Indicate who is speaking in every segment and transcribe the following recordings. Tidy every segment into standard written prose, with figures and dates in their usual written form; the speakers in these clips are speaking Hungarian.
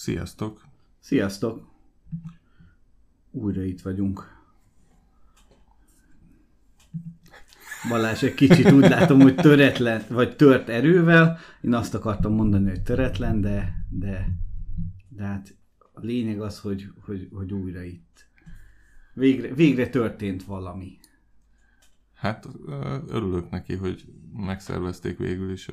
Speaker 1: Sziasztok!
Speaker 2: Sziasztok! Újra itt vagyunk. Balázs egy kicsit úgy látom, hogy töretlen, vagy tört erővel. Én azt akartam mondani, hogy töretlen, de hát a lényeg az, hogy újra itt. Végre történt valami.
Speaker 1: Hát örülök neki, hogy megszervezték végül is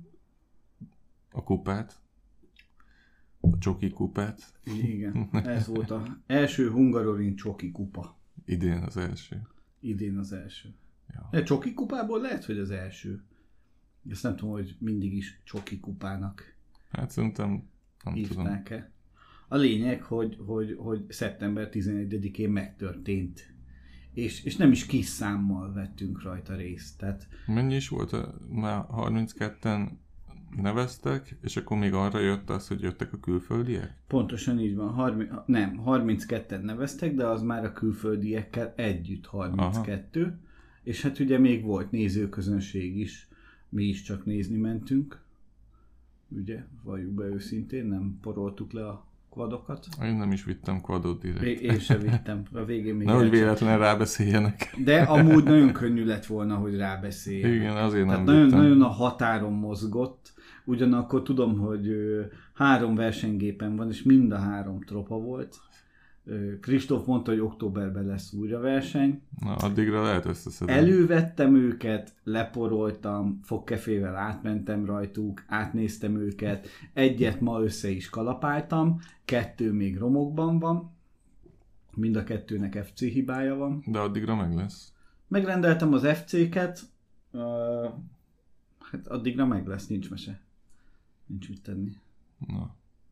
Speaker 1: a kupát. A csoki kupát.
Speaker 2: Igen, ez volt az első Hungaroring csoki kupa.
Speaker 1: Idén az első.
Speaker 2: Ja. A csoki kupából lehet, hogy az első. Ezt nem tudom, hogy mindig is csoki kupának
Speaker 1: Hát szerintem nem
Speaker 2: hívták-e. Tudom. A lényeg, hogy szeptember 11-én megtörtént. És nem is kis számmal vettünk rajta részt. Tehát...
Speaker 1: Mennyi is volt? Már 32-en neveztek, és akkor még arra jött az, hogy jöttek a külföldiek?
Speaker 2: Pontosan így van. 32-en neveztek, de az már a külföldiekkel együtt 32. Aha. És hát ugye még volt nézőközönség is. Mi is csak nézni mentünk. Ugye, valljuk be őszintén, nem poroltuk le a quadokat.
Speaker 1: Én nem is vittem quadot direkt.
Speaker 2: Én sem vittem. A végén még
Speaker 1: nehogy véletlenül rábeszéljenek.
Speaker 2: De amúgy nagyon könnyű lett volna, hogy rábeszéljenek.
Speaker 1: Igen, azért nem
Speaker 2: tehát nagyon a határon mozgott. Ugyanakkor tudom, hogy 3 versenygépen van, és mind a 3 tropa volt. Kristóf mondta, hogy októberben lesz újra verseny.
Speaker 1: Na, addigra lehet összeszedni.
Speaker 2: Elővettem őket, leporoltam, fogkefével átmentem rajtuk, átnéztem őket, egyet ma össze is kalapáltam, 2 még romokban van, mind a 2-nek FC hibája van.
Speaker 1: De addigra meg lesz.
Speaker 2: Megrendeltem az FC-ket, hát addigra meg lesz, nincs mese. Nincs mit tenni.
Speaker 1: Na.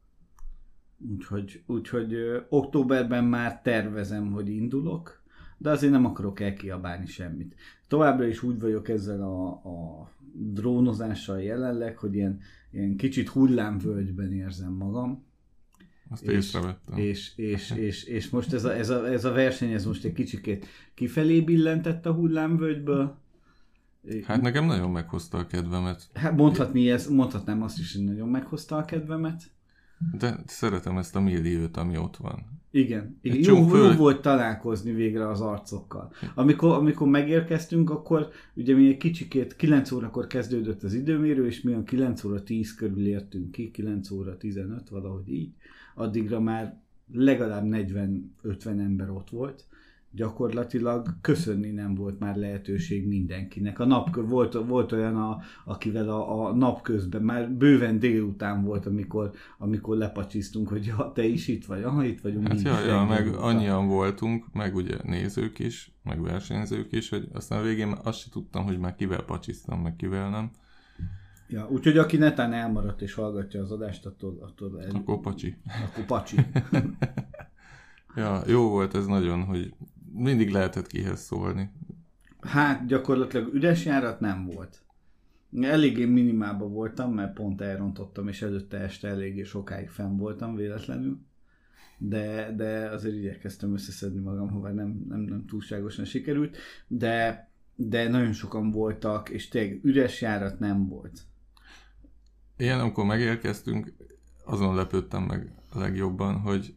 Speaker 2: Úgyhogy októberben már tervezem, hogy indulok, de azért nem akarok elkiabálni semmit. Továbbra is úgy vagyok ezzel a drónozással jelenleg, hogy ilyen kicsit hullámvölgyben érzem magam.
Speaker 1: Azt észrevettem.
Speaker 2: És most ez a verseny, ez most egy kicsikét kifelé billentett a hullámvölgyből.
Speaker 1: Hát nekem nagyon meghozta a kedvemet.
Speaker 2: Hát mondhatnám azt is, hogy nagyon meghozta a kedvemet.
Speaker 1: De szeretem ezt a milliót, ami ott van.
Speaker 2: Igen. Jó volt találkozni végre az arcokkal. Amikor megérkeztünk, akkor ugye mi egy kicsikét 9 órakor kezdődött az időmérő, és mi a 9 óra 10 körül értünk ki, 9 óra 15, valahogy így. Addigra már legalább 40-50 ember ott volt. Gyakorlatilag köszönni nem volt már lehetőség mindenkinek. Volt olyan, akivel a napközben, már bőven délután volt, amikor lepacsisztunk, hogy ja, te is itt vagy, itt vagyunk.
Speaker 1: Hát meg annyian voltunk, meg ugye nézők is, meg versenyzők is, hogy aztán a végén azt sem tudtam, hogy már kivel pacsisztam, meg kivel nem.
Speaker 2: Ja, úgyhogy aki netán elmaradt és hallgatja az adást,
Speaker 1: akkor pacsi.
Speaker 2: Akkor pacsi.
Speaker 1: Ja, jó volt ez nagyon, hogy mindig lehetett kihez szólni.
Speaker 2: Hát gyakorlatilag üres járat nem volt. Eléggé minimálban voltam, mert pont elrontottam, és előtte este eléggé sokáig fenn voltam véletlenül. De azért igyekeztem összeszedni magam, ha nem túlságosan sikerült. De nagyon sokan voltak, és tényleg üres járat nem volt.
Speaker 1: Ilyen, amikor megérkeztünk, azon lepődtem meg a legjobban, hogy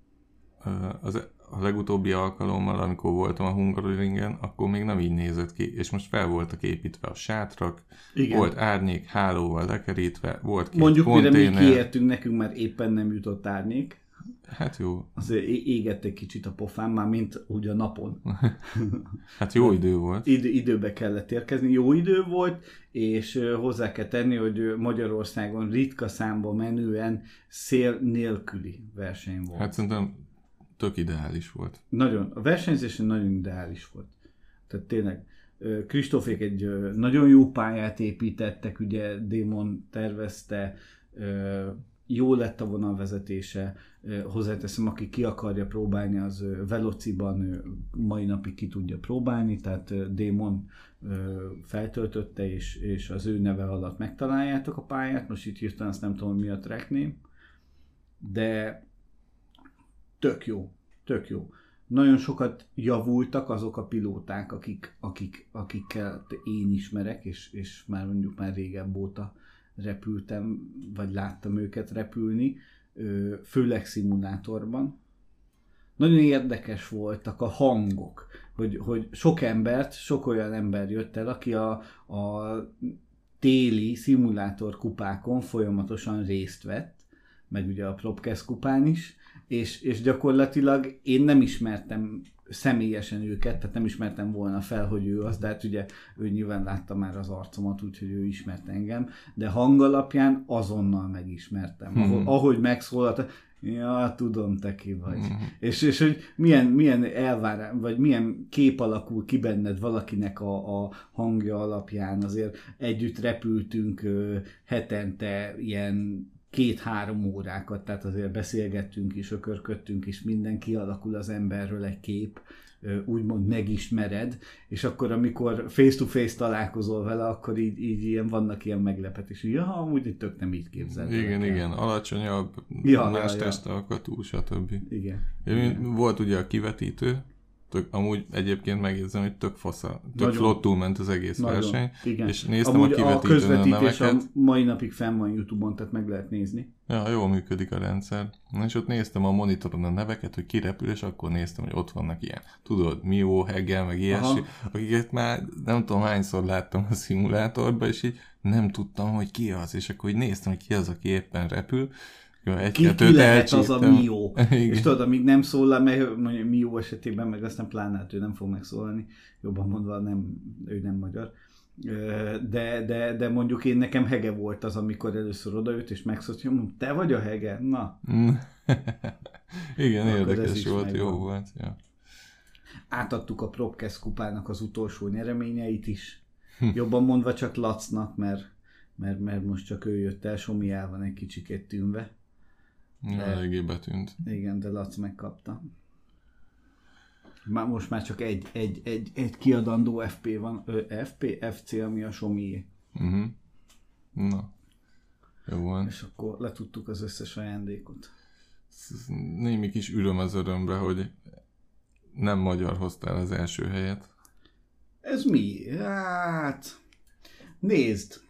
Speaker 1: a legutóbbi alkalommal, amikor voltam a Hungaroringen, akkor még nem így nézett ki, és most fel voltak építve a sátrak, igen. Volt árnyék, hálóval lekerítve, volt 2
Speaker 2: mondjuk,
Speaker 1: konténer.
Speaker 2: Mondjuk, mire mi kiértünk, nekünk már éppen nem jutott árnyék.
Speaker 1: Hát jó.
Speaker 2: Azért égett egy kicsit a pofám, már mint úgy a napon.
Speaker 1: Hát jó idő volt.
Speaker 2: Időbe kellett érkezni. Jó idő volt, és hozzá kell tenni, hogy Magyarországon ritka számba menően szél nélküli verseny volt.
Speaker 1: Hát szerintem tök ideális volt.
Speaker 2: Nagyon. A versenyzésen nagyon ideális volt. Tehát tényleg Kristófék egy nagyon jó pályát építettek, ugye Démon tervezte, jó lett a vonalvezetése, hozzáteszem, aki ki akarja próbálni, az Velociban mai napig ki tudja próbálni, tehát Démon feltöltötte, és az ő neve alatt megtaláljátok a pályát, most itt hirtelen azt nem tudom, mi a track name, de tök jó. Nagyon sokat javultak azok a pilóták, akikkel én ismerek, és már mondjuk már régebb óta repültem, vagy láttam őket repülni. főleg szimulátorban. Nagyon érdekes voltak a hangok, hogy sok olyan ember jött el, aki a téli szimulátor kupákon folyamatosan részt vett, meg ugye a Propcast kupán is, és gyakorlatilag én nem ismertem személyesen őket, tehát nem ismertem volna fel, hogy ő az, de hát ugye ő nyilván látta már az arcomat, úgyhogy ő ismert engem, de hang alapján azonnal megismertem. Ahogy megszólalt, ja, tudom, te ki vagy. És hogy milyen elvárás, vagy milyen kép alakul ki benned valakinek a hangja alapján. Azért együtt repültünk hetente ilyen 2-3 órákat, tehát azért beszélgettünk is, ökörködtünk is, minden kialakul az emberről egy kép, úgymond megismered, és akkor amikor face-to-face találkozol vele, akkor így ilyen, vannak ilyen meglepetés, hogy ja, amúgy itt tök nem így képzeltem.
Speaker 1: Igen, alacsonyabb, más testalkatú, stb.
Speaker 2: Igen.
Speaker 1: Volt ugye a kivetítő, amúgy egyébként megjegyzem, hogy tök flottul ment az egész verseny,
Speaker 2: igen.
Speaker 1: És néztem
Speaker 2: amúgy
Speaker 1: a kivetítőn
Speaker 2: a közvetítés
Speaker 1: a
Speaker 2: mai napig fenn van YouTube-on, tehát meg lehet nézni.
Speaker 1: Ja, jól működik a rendszer. És ott néztem a monitoron a neveket, hogy ki repül, és akkor néztem, hogy ott vannak ilyen, tudod, Mio, Hegel, meg ilyesmi, akiket már nem tudom hányszor láttam a szimulátorban, és így nem tudtam, hogy ki az, és akkor így néztem, hogy ki az, aki éppen repül.
Speaker 2: Ki lehet az a Mio? És tudod, amíg nem szólal, mert mondjuk Mio esetében meg aztán pláne ő nem fog megszólalni, jobban mondva ő nem magyar. De mondjuk nekem Hege volt az, amikor először odaült, és megszólt, hogy te vagy a Hege? Na.
Speaker 1: Igen, érdekes volt, jó volt. Ja.
Speaker 2: Átadtuk a Propcast kupának az utolsó nyereményeit is. Jobban mondva csak Lacnak, mert most csak ő jött el, Somi el van egy kicsikét tűnve.
Speaker 1: Eléggé betűnt.
Speaker 2: Igen, de Lac megkapta. Most már csak egy kiadandó FP van, FC, ami a Somié.
Speaker 1: Na, jó van.
Speaker 2: És akkor letudtuk az összes ajándékot.
Speaker 1: Némi kis üröm az örömbe, hogy nem magyar hoztál az első helyet.
Speaker 2: Ez mi? Hát, nézd!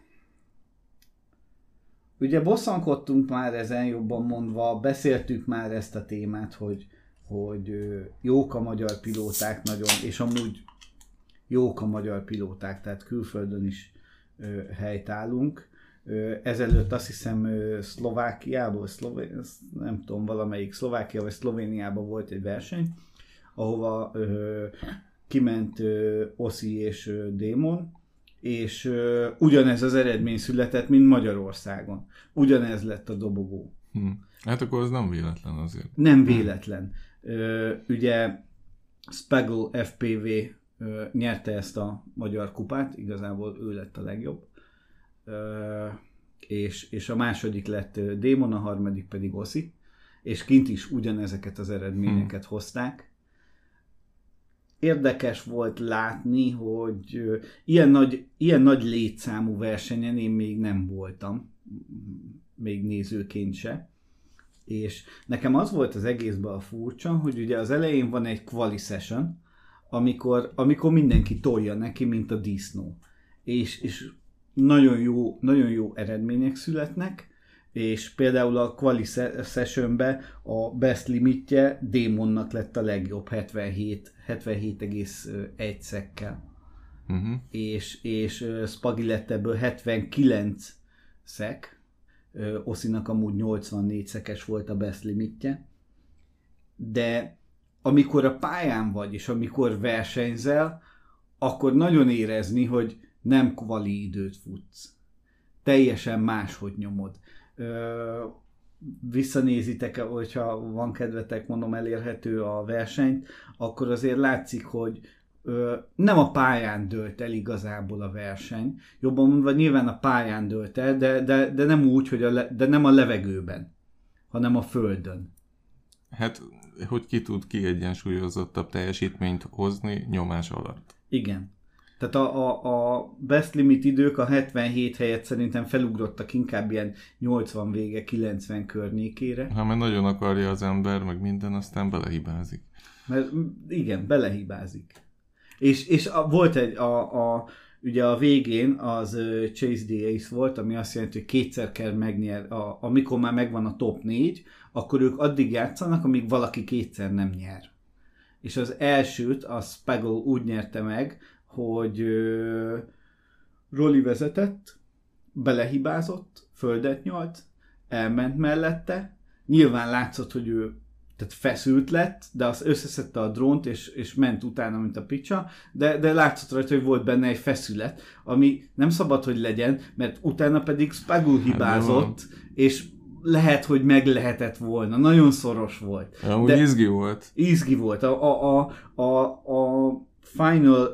Speaker 2: Ugye bosszankodtunk már ezen, jobban mondva, beszéltük már ezt a témát, hogy jók a magyar pilóták nagyon, és amúgy jók a magyar pilóták, tehát külföldön is helytállunk. Ezelőtt azt hiszem Szlovákiából, nem tudom, valamelyik Szlovákia vagy Szlovéniában volt egy verseny, ahova kiment Oszi és Démon, és ugyanez az eredmény született, mint Magyarországon. Ugyanez lett a dobogó.
Speaker 1: Hát akkor az nem véletlen azért.
Speaker 2: Nem véletlen. Ugye Spaggle FPV nyerte ezt a magyar kupát, igazából ő lett a legjobb. És a második lett Démon, a harmadik pedig Oszi, és kint is ugyanezeket az eredményeket hozták. Érdekes volt látni, hogy ilyen nagy létszámú versenyen én még nem voltam, még nézőként se. És nekem az volt az egészben a furcsa, hogy ugye az elején van egy quali session, amikor mindenki tolja neki, mint a disznó. És nagyon jó eredmények születnek, és például a quali sessionben a best limitje Démonnak lett a legjobb 77,1 szekkel. És Spagi lett ebből 79 szek, Oszinak amúgy 84 szekes volt a best limitje, de amikor a pályán vagy, és amikor versenyzel, akkor nagyon érezni, hogy nem quali időt futsz. Teljesen máshogy nyomod. Visszanézitek, hogyha van kedvetek, mondom, elérhető a versenyt, akkor azért látszik, hogy nem a pályán dőlt el igazából a verseny. Jobban mondva, nyilván a pályán dőlt el, de nem úgy, de nem a levegőben, hanem a földön.
Speaker 1: Hát, hogy ki tud kiegyensúlyozottabb teljesítményt hozni nyomás alatt.
Speaker 2: Igen. Tehát a best limit idők a 77 helyett szerintem felugrottak inkább ilyen 80 vége, 90 környékére.
Speaker 1: Ha mert nagyon akarja az ember, meg minden, aztán belehibázik.
Speaker 2: Mert igen, belehibázik. És volt ugye a végén az Chase the Ace volt, ami azt jelenti, hogy kétszer kell megnyerni, amikor már megvan a top 4, akkor ők addig játszanak, amíg valaki kétszer nem nyer. És az elsőt a Spaggle úgy nyerte meg, hogy Rolly vezetett, belehibázott, földet nyalt, elment mellette, nyilván látszott, hogy ő tehát feszült lett, de az összeszedte a drónt, és ment utána, mint a picsa, de látszott rajta, hogy volt benne egy feszület, ami nem szabad, hogy legyen, mert utána pedig Spaggle hibázott, és lehet, hogy meg lehetett volna. Nagyon szoros volt.
Speaker 1: Amúgy izgi volt.
Speaker 2: Izgi volt. A final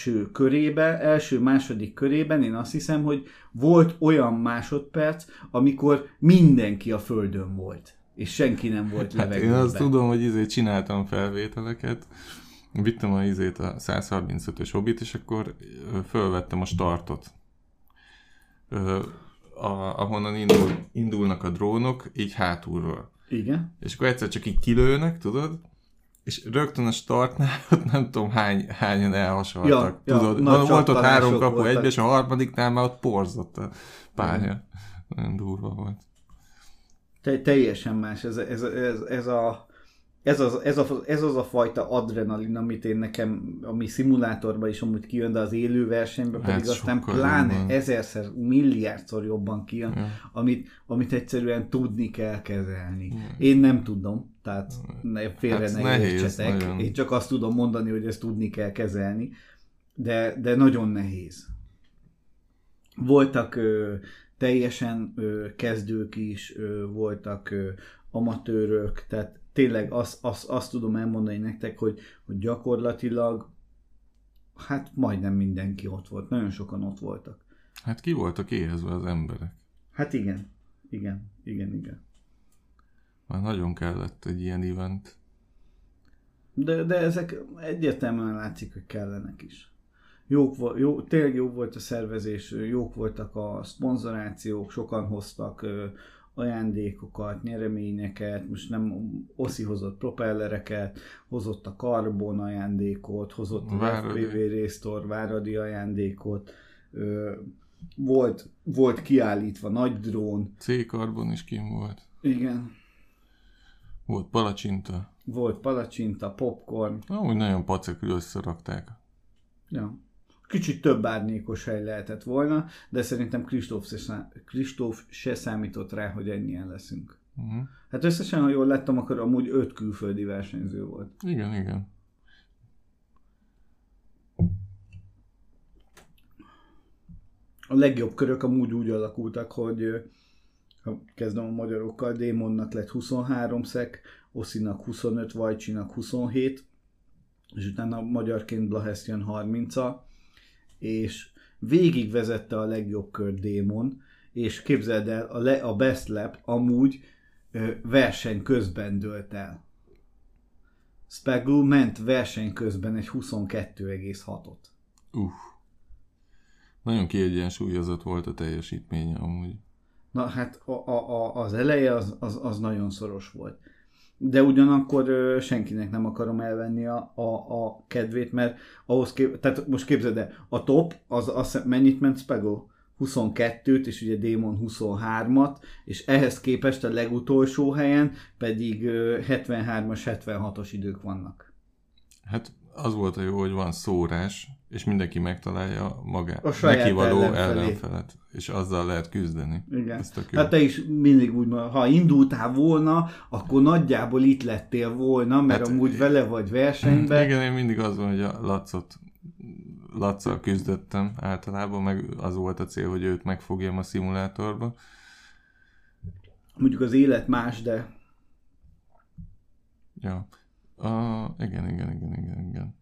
Speaker 2: második körében én azt hiszem, hogy volt olyan másodperc, amikor mindenki a földön volt. És senki nem volt levegőben.
Speaker 1: Én azt tudom, hogy csináltam felvételeket, vittem a 135-ös Hobbit, és akkor fölvettem a startot. Ahonnan indulnak a drónok, így hátulról.
Speaker 2: Igen.
Speaker 1: És akkor egyszer csak így kilőnek, tudod? És rögtön a startnál, ott nem tudom hányan elhasaltak. Tudod? Volt ott 3 kapu egybe, és a harmadiknál már ott porzott a pálya. Nagyon durva volt.
Speaker 2: Teljesen más. Ez az a fajta adrenalin, amit én nekem, ami szimulátorban is amúgy kijön, de az élő versenyben pedig aztán pláne ezerszer, milliárdszor jobban kijön, amit egyszerűen tudni kell kezelni. Én nem tudom, tehát félre ne értsetek. Én csak azt tudom mondani, hogy ezt tudni kell kezelni, de nagyon nehéz. Voltak teljesen kezdők is, voltak amatőrök, tehát tényleg azt tudom elmondani nektek, hogy gyakorlatilag hát majdnem mindenki ott volt. Nagyon sokan ott voltak.
Speaker 1: Hát ki voltak éhezve az emberek?
Speaker 2: Hát igen.
Speaker 1: Már nagyon kellett egy ilyen event.
Speaker 2: De ezek egyértelműen látszik, hogy kellenek is. Tényleg jó volt a szervezés, jók voltak a szponzorációk, sokan hoztak ajándékokat, nyereményeket, most nem Oszi hozott propellereket, hozott a Carbon ajándékot, hozott a FPV Restore Váradi ajándékot, volt kiállítva nagy drón.
Speaker 1: C-Carbon is kim volt.
Speaker 2: Igen.
Speaker 1: Volt palacsinta.
Speaker 2: Volt palacsinta, popcorn.
Speaker 1: Úgy nagyon pacekül összerakták.
Speaker 2: Ja. Kicsit több árnyékos hely lehetett volna, de szerintem Kristóf se számított rá, hogy ennyien leszünk. Uh-huh. Hát összesen, ha jól láttam, akkor amúgy 5 külföldi versenyző volt.
Speaker 1: Igen.
Speaker 2: A legjobb körök amúgy úgy alakultak, hogy ha kezdem a magyarokkal, Démonnak lett 23 szek, Oszinak 25, Vajcsinak 27, és utána magyarként Blahesztjan 30-a, és végigvezette a legjobb kör Démon, és képzeld el, a Best Lap amúgy verseny közben dőlt el. Spaggle ment verseny közben egy 22,6-ot.
Speaker 1: Nagyon kiegyensúlyozott volt a teljesítménye amúgy.
Speaker 2: Na hát az eleje az nagyon szoros volt. De ugyanakkor senkinek nem akarom elvenni a kedvét, mert tehát most képzeld el, a top, az mennyit ment Spaggle? 22-t, és ugye Démon 23-at, és ehhez képest a legutolsó helyen pedig 73-as, 76-os idők vannak.
Speaker 1: Hát az volt a jó, hogy van szórás, és mindenki megtalálja magát,
Speaker 2: a saját
Speaker 1: neki való ellenfelet, és azzal lehet küzdeni.
Speaker 2: Igen. Hát te is mindig úgy, ha indultál volna, akkor nagyjából itt lettél volna, mert hát, amúgy vele vagy versenyben.
Speaker 1: Igen, én mindig az van, hogy a Lacccal küzdöttem általában, meg az volt a cél, hogy őt megfogjam a szimulátorba.
Speaker 2: Mondjuk az élet más, de...
Speaker 1: Ja. Igen.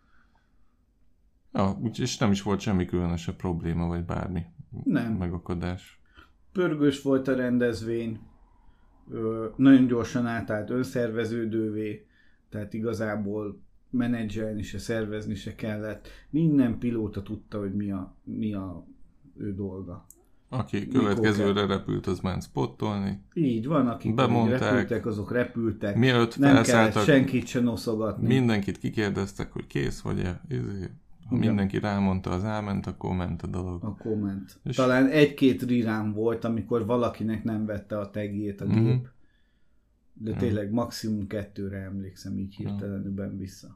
Speaker 1: Ja, és nem is volt semmi különösebb probléma, vagy bármi megakadás.
Speaker 2: Pörgős volt a rendezvény, nagyon gyorsan átállt önszerveződővé, tehát igazából menedzselni se, szervezni se kellett. Minden pilóta tudta, hogy mi a ő dolga.
Speaker 1: Aki következőre repült, az ment spottolni.
Speaker 2: Így van, akik repültek, azok repültek.
Speaker 1: Mielőtt
Speaker 2: nem kellett senkit se noszogatni.
Speaker 1: Mindenkit kikérdeztek, hogy kész vagy-e, Ha mindenki rámondta az elment, akkor ment a dolog.
Speaker 2: Akkor ment. És talán 1-2 rirám volt, amikor valakinek nem vette a tagjét a gép. De tényleg maximum 2-re emlékszem így hirtelenül vissza.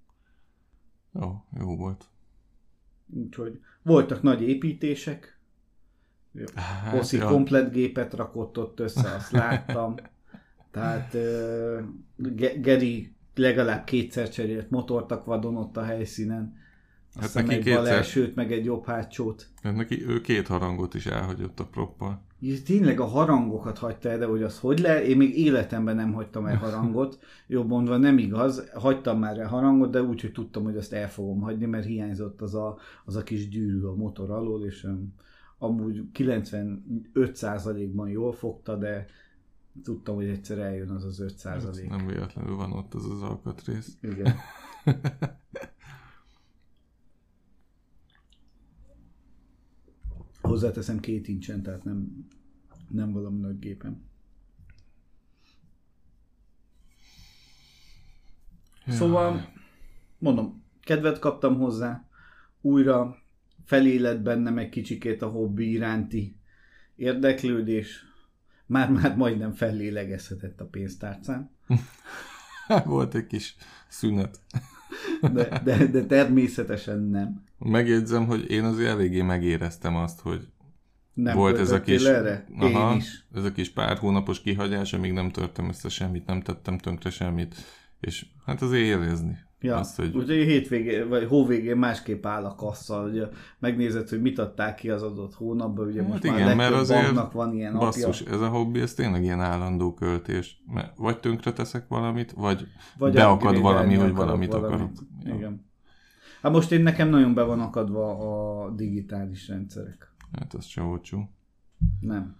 Speaker 1: Jó volt.
Speaker 2: Úgyhogy voltak nagy építések. Bossi komplett gépet rakott ott össze, azt láttam. Tehát Geri legalább 2-szer cserélt motort vadon ott a helyszínen. Aztán egy bal elsőt, meg egy jobb hátsót.
Speaker 1: Neki ő 2 harangot is elhagyott a proppal.
Speaker 2: Tényleg a harangokat hagyta el, de hogy az hogy le? Én még életemben nem hagytam el harangot. Jobb mondva nem igaz. Hagytam már el harangot, de úgy, hogy tudtam, hogy azt el fogom hagyni, mert hiányzott az a kis gyűrű a motor alól, és amúgy 95%-ban jól fogta, de tudtam, hogy egyszer eljön az 5%.
Speaker 1: Nem véletlenül van ott az alkatrész.
Speaker 2: Igen. Hozzáteszem 2 incsen, tehát nem valami nagy gépem. Ja. Szóval, mondom, kedvet kaptam hozzá, újra felélet bennem egy kicsikét a hobbi iránti érdeklődés, már majdnem fellélegezhetett a pénztárcán.
Speaker 1: Volt egy kis szünet.
Speaker 2: De természetesen nem.
Speaker 1: Megjegyzem, hogy én azért eléggé megéreztem azt, hogy
Speaker 2: nem
Speaker 1: volt ez a kis,
Speaker 2: erre? Én is.
Speaker 1: Ez a kis pár hónapos kihagyás, amíg nem törtem össze semmit, nem tettem tönkre semmit, és hát azért érezni.
Speaker 2: Ja,
Speaker 1: azt, hogy...
Speaker 2: úgyhogy hétvégén, vagy hóvégén másképp áll a kassa, ugye megnézed, hogy mit adták ki az adott hónapban, ugye hát most igen, már legtöbb banknak van ilyen
Speaker 1: basszus, apja. Ez a hobbi, ez tényleg ilyen állandó költés. Vagy tönkre teszek valamit, vagy beakad valami, hogy valamit akarok.
Speaker 2: Igen. Hát most nekem nagyon be van akadva a digitális rendszerek.
Speaker 1: Hát az se olcsó.
Speaker 2: Nem.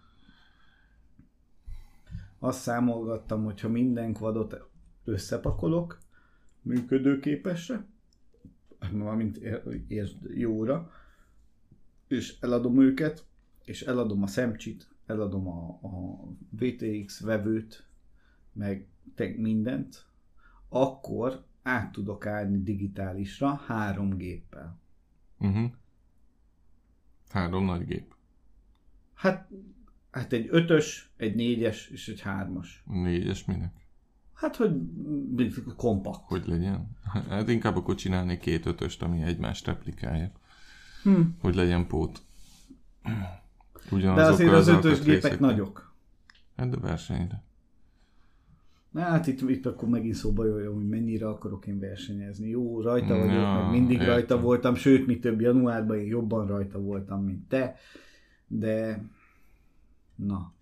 Speaker 2: Azt számolgattam, hogyha minden quadot összepakolok, működőképesre, valamint jóra, és eladom őket, és eladom a szemcsit, eladom a VTX vevőt, meg mindent, akkor át tudok állni digitálisra 3 géppel.
Speaker 1: 3 nagy gép.
Speaker 2: Hát egy 5-ös, egy 4-es és egy 3-as.
Speaker 1: 4-es minek?
Speaker 2: Hát, hogy kompakt.
Speaker 1: Hogy legyen? Hát inkább akkor csinálni 2 5-öst, ami egymást replikálja. Hogy legyen pót.
Speaker 2: De azért az 5-ös gépek nagyok.
Speaker 1: Hát de versenyre.
Speaker 2: Hát itt akkor megint szóba jöjjön, hogy mennyire akarok én versenyezni. Jó, rajta vagyok, meg mindig értem. Rajta voltam, sőt, mi több januárban én jobban rajta voltam, mint te. De na.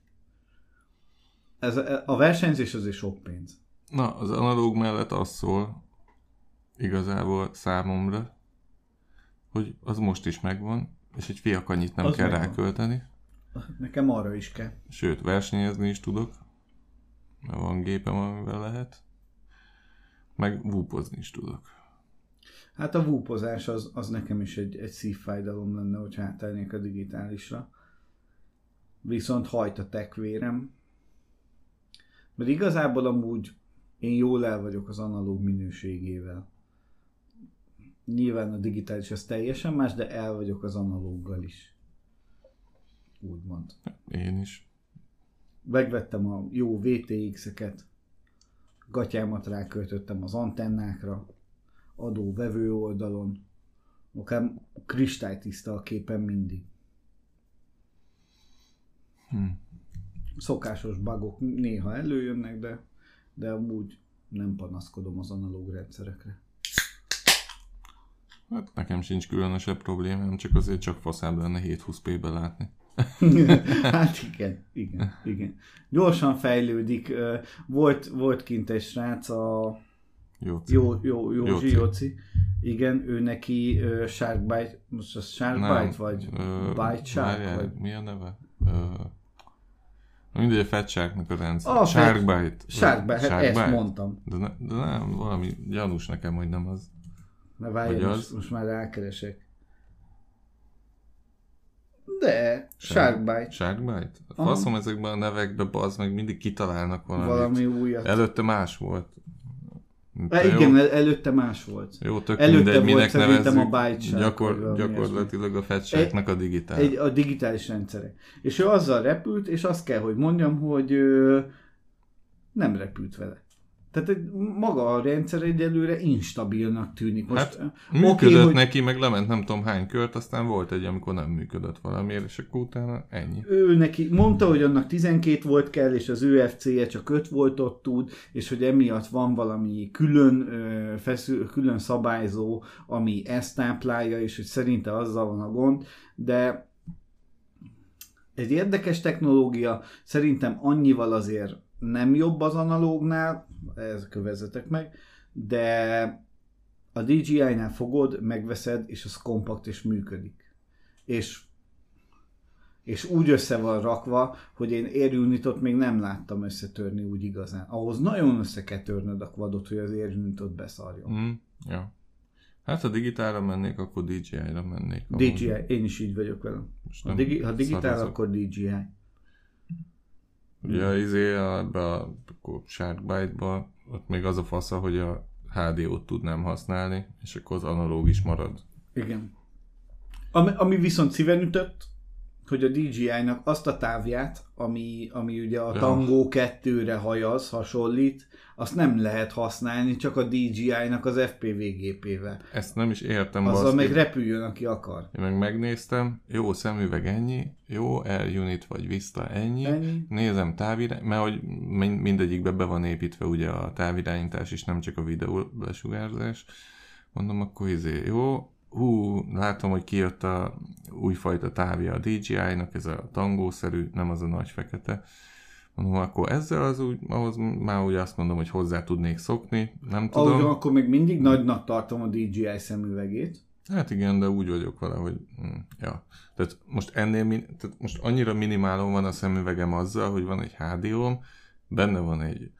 Speaker 2: A versenyzés azért sok pénz.
Speaker 1: Na, az analóg mellett az szól igazából számomra, hogy az most is megvan, és egy fiakannyit nem az kell rákölteni.
Speaker 2: Nekem arra is kell.
Speaker 1: Sőt, versenyezni is tudok, mert van gépem, amivel lehet. Meg vúpozni is tudok.
Speaker 2: Hát a vúpozás az nekem is egy szívfájdalom lenne, hogy átállnék a digitálisra. Viszont hajt a tekvérem. Mert igazából amúgy én jól el vagyok az analóg minőségével. Nyilván a digitális az teljesen más, de el vagyok az analóggal is. Úgymond.
Speaker 1: Én is.
Speaker 2: Megvettem a jó VTX-eket, gatyámat ráköltöttem az antennákra, adó-vevő oldalon, akár kristálytiszta a képen mindig. Szokásos bugok néha előjönnek, de amúgy nem panaszkodom az analóg rendszerekre.
Speaker 1: Hát nekem sincs különösebb problémám, csak azért csak faszább lenne 720p-be látni.
Speaker 2: Hát igen. Gyorsan fejlődik. Volt kint egy srác, a Józsi. Igen, ő neki Sharkbite, most az Sharkbite vagy Bite Shark? Vagy...
Speaker 1: Mi a neve? Mindegy, a Fat Sharknak a rendszer. Sharkbite.
Speaker 2: Sharkbite, hát ezt mondtam.
Speaker 1: De nem, valami gyanús nekem, hogy nem az.
Speaker 2: Na várj, most már rákeresek. De, Sharkbite.
Speaker 1: Sharkbite? Faszom ezekben a nevekben, bazd meg, mindig kitalálnak valamit.
Speaker 2: Valami újat.
Speaker 1: Előtte más volt.
Speaker 2: Igen, előtte más volt.
Speaker 1: Jó, tök
Speaker 2: előtte
Speaker 1: mindegy, minek
Speaker 2: szerintem
Speaker 1: nevezzük.
Speaker 2: a ByteShark,
Speaker 1: Gyakorlatilag a FatSharknak a digitális.
Speaker 2: A digitális rendszerek. És ő azzal repült, és azt kell, hogy mondjam, hogy nem repült vele. Tehát maga a rendszer egyelőre instabilnak tűnik. Most,
Speaker 1: hát működött hogy neki, meg lement nem tudom hány kört, aztán volt egy, amikor nem működött valamiért, és akkor utána ennyi.
Speaker 2: Ő neki mondta, hogy annak 12 volt kell, és az ő FC-je csak 5 voltot tud, és hogy emiatt van valami külön szabályzó, ami ezt táplálja, és hogy szerinte azzal van a gond, de egy érdekes technológia, szerintem annyival azért nem jobb az analógnál, ezt kövezzetek meg, de a DJI-nál fogod, megveszed, és az kompakt és működik. És úgy össze van rakva, hogy én Air Unitot még nem láttam összetörni úgy igazán. Ahhoz nagyon össze kell törnöd a quadot, hogy az Air Unitot beszarjon.
Speaker 1: Ja. Hát ha digitálra mennék, akkor DJI-ra mennék.
Speaker 2: DJI, én is így vagyok velem. Ha digitál, akkor DJI.
Speaker 1: Ugye ebbe a SharkBite-ba ott még az a fasza, hogy a HD-ot tudnám használni, és akkor az analóg is marad.
Speaker 2: Igen. Ami viszont szíven ütött, hogy a DJI-nak azt a távját, ami ugye a Tango 2-re hasonlít, azt nem lehet használni, csak a DJI-nak az FPV gépével.
Speaker 1: Ezt nem is értem.
Speaker 2: Azzal meg repüljön, aki akar.
Speaker 1: Én meg megnéztem, jó szemüveg ennyi, jó Air Unit vagy Vista ennyi. Nézem távirány, mert hogy mindegyikbe be van építve ugye a távirányítás is, nem csak a videó lesugárzás. Mondom, akkor jó. Látom, hogy kijött a újfajta távja a DJI-nak, ez a tangószerű, nem az a nagy fekete. Mondom, akkor ezzel ahhoz már úgy azt mondom, hogy hozzá tudnék szokni, nem tudom.
Speaker 2: Akkor még mindig nagynak tartom a DJI szemüvegét.
Speaker 1: Hát igen, de úgy vagyok vele, hogy ja. Tehát most annyira minimálon van a szemüvegem azzal, hogy van egy HDO-m, benne van egy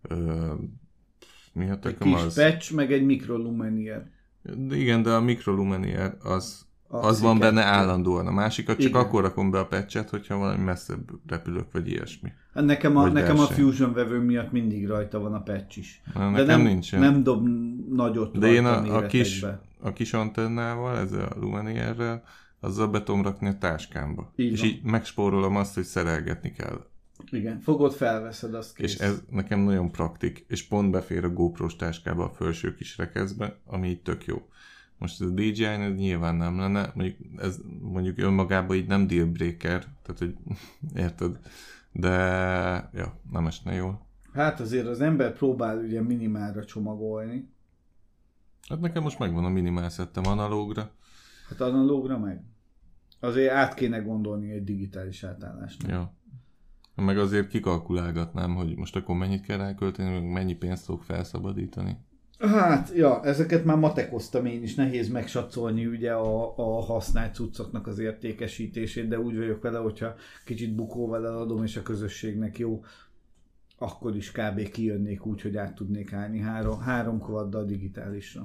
Speaker 1: mi a tököm
Speaker 2: az? Egy kis patch, meg egy mikrolumenier.
Speaker 1: Igen, de a mikrolumenier az van benne állandóan. A másikat csak akkor rakom be a patchet, hogyha valami messzebb repülök, vagy ilyesmi.
Speaker 2: Nekem a Fusion vevő miatt mindig rajta van a patch is.
Speaker 1: Nekem nincsen.
Speaker 2: Nem dob nagyot.
Speaker 1: De én a kis antennával, ezzel a lumenierrel, azzal be tudom rakni a táskámba. És így megspórolom azt, hogy szerelgetni kell.
Speaker 2: Igen, fogod, felveszed, azt kész.
Speaker 1: És ez nekem nagyon praktik, és pont befér a GoPro-s táskába, a felső kis rekeszbe, ami így tök jó. Most ez a DJI-n nyilván nem lenne, mondjuk önmagában így nem dealbreaker, tehát hogy érted, de ja, nem esne jól.
Speaker 2: Hát azért az ember próbál ugye minimálra csomagolni.
Speaker 1: Hát nekem most megvan a minimál szettem analógra.
Speaker 2: Hát analógra meg. Azért át kéne gondolni egy digitális átállást.
Speaker 1: Ja. Meg azért kikalkulálgatnám, hogy most akkor mennyit kell rákölteni, meg mennyi pénzt tudok felszabadítani.
Speaker 2: Hát, ja, ezeket már matekoztam én is, nehéz megsatszolni ugye a használt cuccoknak az értékesítését, de úgy vagyok vele, hogyha kicsit bukóval eladom, és a közösségnek jó, akkor is kb. Kijönnék úgy, hogy át tudnék állni három quaddal digitálisra.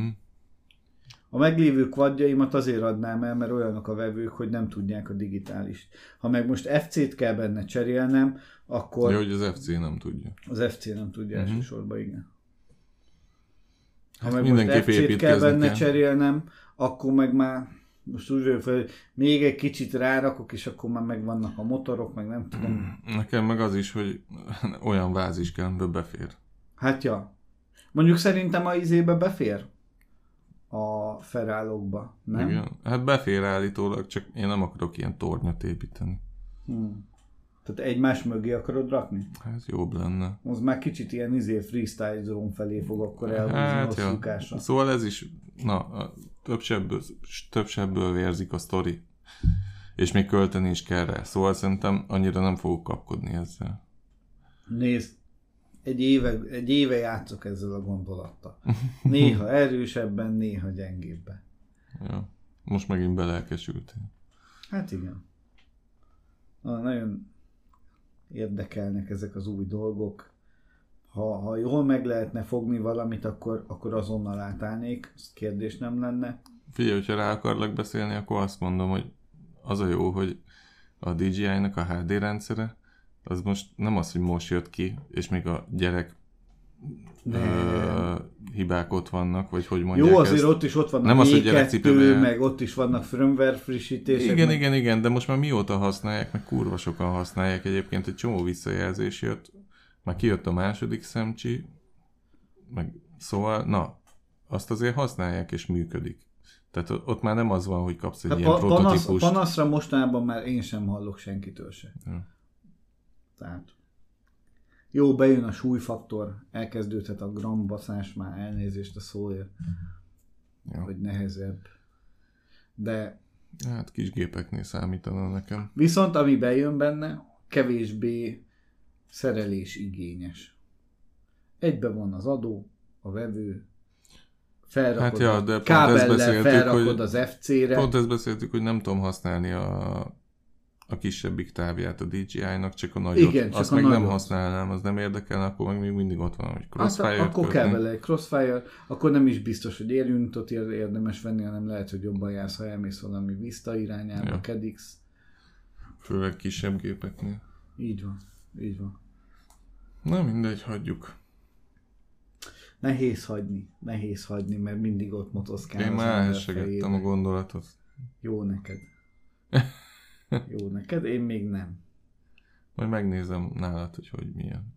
Speaker 2: A meglévő quadjaimat azért adnám el, mert olyanok a vevők, hogy nem tudják a digitálist. Ha meg most FC-t kell benne cserélnem, akkor...
Speaker 1: Ja, hogy az FC nem tudja.
Speaker 2: Az FC nem tudja elsősorban, igen. Ha
Speaker 1: hát
Speaker 2: meg most FC-t kell benne cserélnem, akkor meg már most úgy vagyok fel, hogy még egy kicsit rárakok, és akkor már megvannak a motorok, meg nem tudom.
Speaker 1: Nekem meg az is, hogy olyan váz is kell, amiben befér.
Speaker 2: Hát ja. Mondjuk szerintem a izébe befér. A felállókba, nem?
Speaker 1: Igen. Hát befér állítólag, csak én nem akarok ilyen tornyot építeni.
Speaker 2: Tehát egymás mögé akarod rakni?
Speaker 1: Hát jobb lenne.
Speaker 2: Az már kicsit ilyen freestyle zone felé fog akkor elhúzni hosszúkásra.
Speaker 1: Szóval ez is, több sebből vérzik a sztori. És még költeni is kell rá. Szóval szerintem annyira nem fogok kapkodni ezzel.
Speaker 2: Nézd, egy éve játszok ezzel a gondolattal. Néha erősebben, néha gyengébben.
Speaker 1: Ja. Most megint belelkesültél.
Speaker 2: Hát igen. Nagyon érdekelnek ezek az új dolgok. Ha jól meg lehetne fogni valamit, akkor azonnal átállnék. Ez kérdés nem lenne.
Speaker 1: Figyelj, hogyha rá akarlak beszélni, akkor azt mondom, hogy az a jó, hogy a DJI-nak a HD rendszere, az most nem az, hogy most jött ki, és még a gyerek hibák ott vannak, vagy hogy mondják.
Speaker 2: Jó, azért ott is ott vannak
Speaker 1: nem az, hogy
Speaker 2: V2, meg ott is vannak firmware frissítések.
Speaker 1: Igen, de most már mióta használják, meg kurva sokan használják, egyébként egy csomó visszajelzés jött, már kijött a második szemcsi, meg szóval, azt azért használják és működik. Tehát ott már nem az van, hogy kapsz egy ilyen prototípust.
Speaker 2: Panaszra mostanában már én sem hallok senkitől se. Ja. Tehát jó, bejön a súlyfaktor, elkezdődhet a grambaszás, már elnézést a szóért, hogy nehezebb. De
Speaker 1: hát kis gépeknél számítana nekem.
Speaker 2: Viszont ami bejön benne, kevésbé szerelés igényes. Egybe van az adó, a vevő, felrakod
Speaker 1: de
Speaker 2: kábellel, felrakod az FC-re.
Speaker 1: Pont ezt beszéltük, hogy nem tudom használni a kisebbik távját a DJI-nak, csak a nagyot.
Speaker 2: Igen, csak
Speaker 1: azt
Speaker 2: a
Speaker 1: meg
Speaker 2: nagyot.
Speaker 1: Nem használnám, az nem érdekel, akkor meg még mindig ott van, hogy Crossfire.
Speaker 2: Akkor kell vele egy Crossfire, akkor nem is biztos, hogy élőnyitot érdemes venni, hanem lehet, hogy jobban jársz, ha elmész valami Vista irányába, Kedix.
Speaker 1: Főleg kisebb gépeknél.
Speaker 2: Így van.
Speaker 1: Na mindegy, hagyjuk.
Speaker 2: Nehéz hagyni, mert mindig ott motoszkál.
Speaker 1: Én már elsegettem a gondolatot.
Speaker 2: Jó neked, én még nem.
Speaker 1: Majd megnézem nálad, hogy milyen.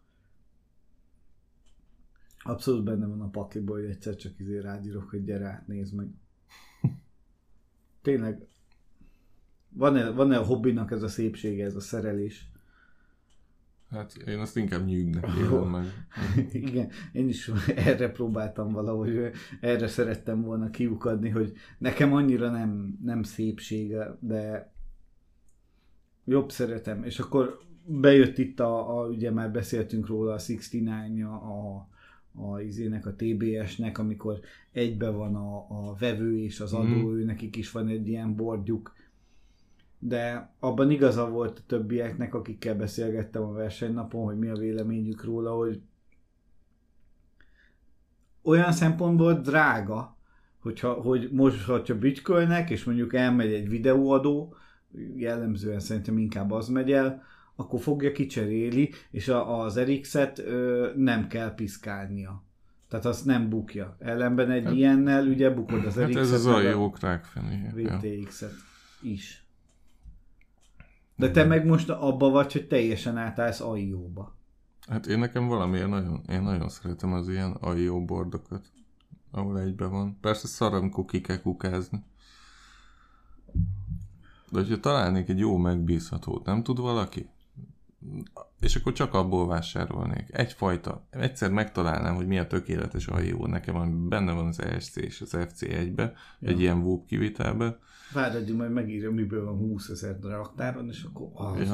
Speaker 2: Abszolút benne van a pakliból, hogy egyszer csak rágyírok, hogy gyere át, nézd meg. Tényleg, van-e a hobbinak ez a szépsége, ez a szerelés?
Speaker 1: Hát én azt inkább nyűgnek élem meg.
Speaker 2: Igen, én is erre próbáltam valahogy, erre szerettem volna kiukadni, hogy nekem annyira nem szépsége, de jobb szeretem. És akkor bejött itt ugye már beszéltünk róla, a 69-ja, a TBS-nek, amikor egybe van a vevő és az adó, nekik is van egy ilyen bordjuk. De abban igaza volt a többieknek, akikkel beszélgettem a versenynapon, hogy mi a véleményük róla, hogy olyan szempontból drága, hogy most, hogyha bütykölnek, és mondjuk elmegy egy videóadó, jellemzően szerintem inkább az megy el, akkor fogja kicseréli, és az RX-et nem kell piszkálnia. Tehát azt nem bukja. Ellenben egy ilyennel ugye bukod az RX-et.
Speaker 1: Hát ez az a jó krákfené.
Speaker 2: VTX-et is. De te meg most abba vagy, hogy teljesen átállsz AIO-ba.
Speaker 1: Hát nekem valamiért nagyon szeretem az ilyen AIO bordokat, ahol egybe van. Persze szar, amikor ki kell kukázni. De hogyha találnék egy jó megbízhatót, nem tud valaki? És akkor csak abból vásárolnék. Egyszer megtalálnám, hogy mi a tökéletes AIO nekem, ami benne van az ESC és az FC1-be, egy ilyen VOOP kivitelbe.
Speaker 2: Várjadjunk, majd megírja, miből van 20 000 raktáron, és akkor...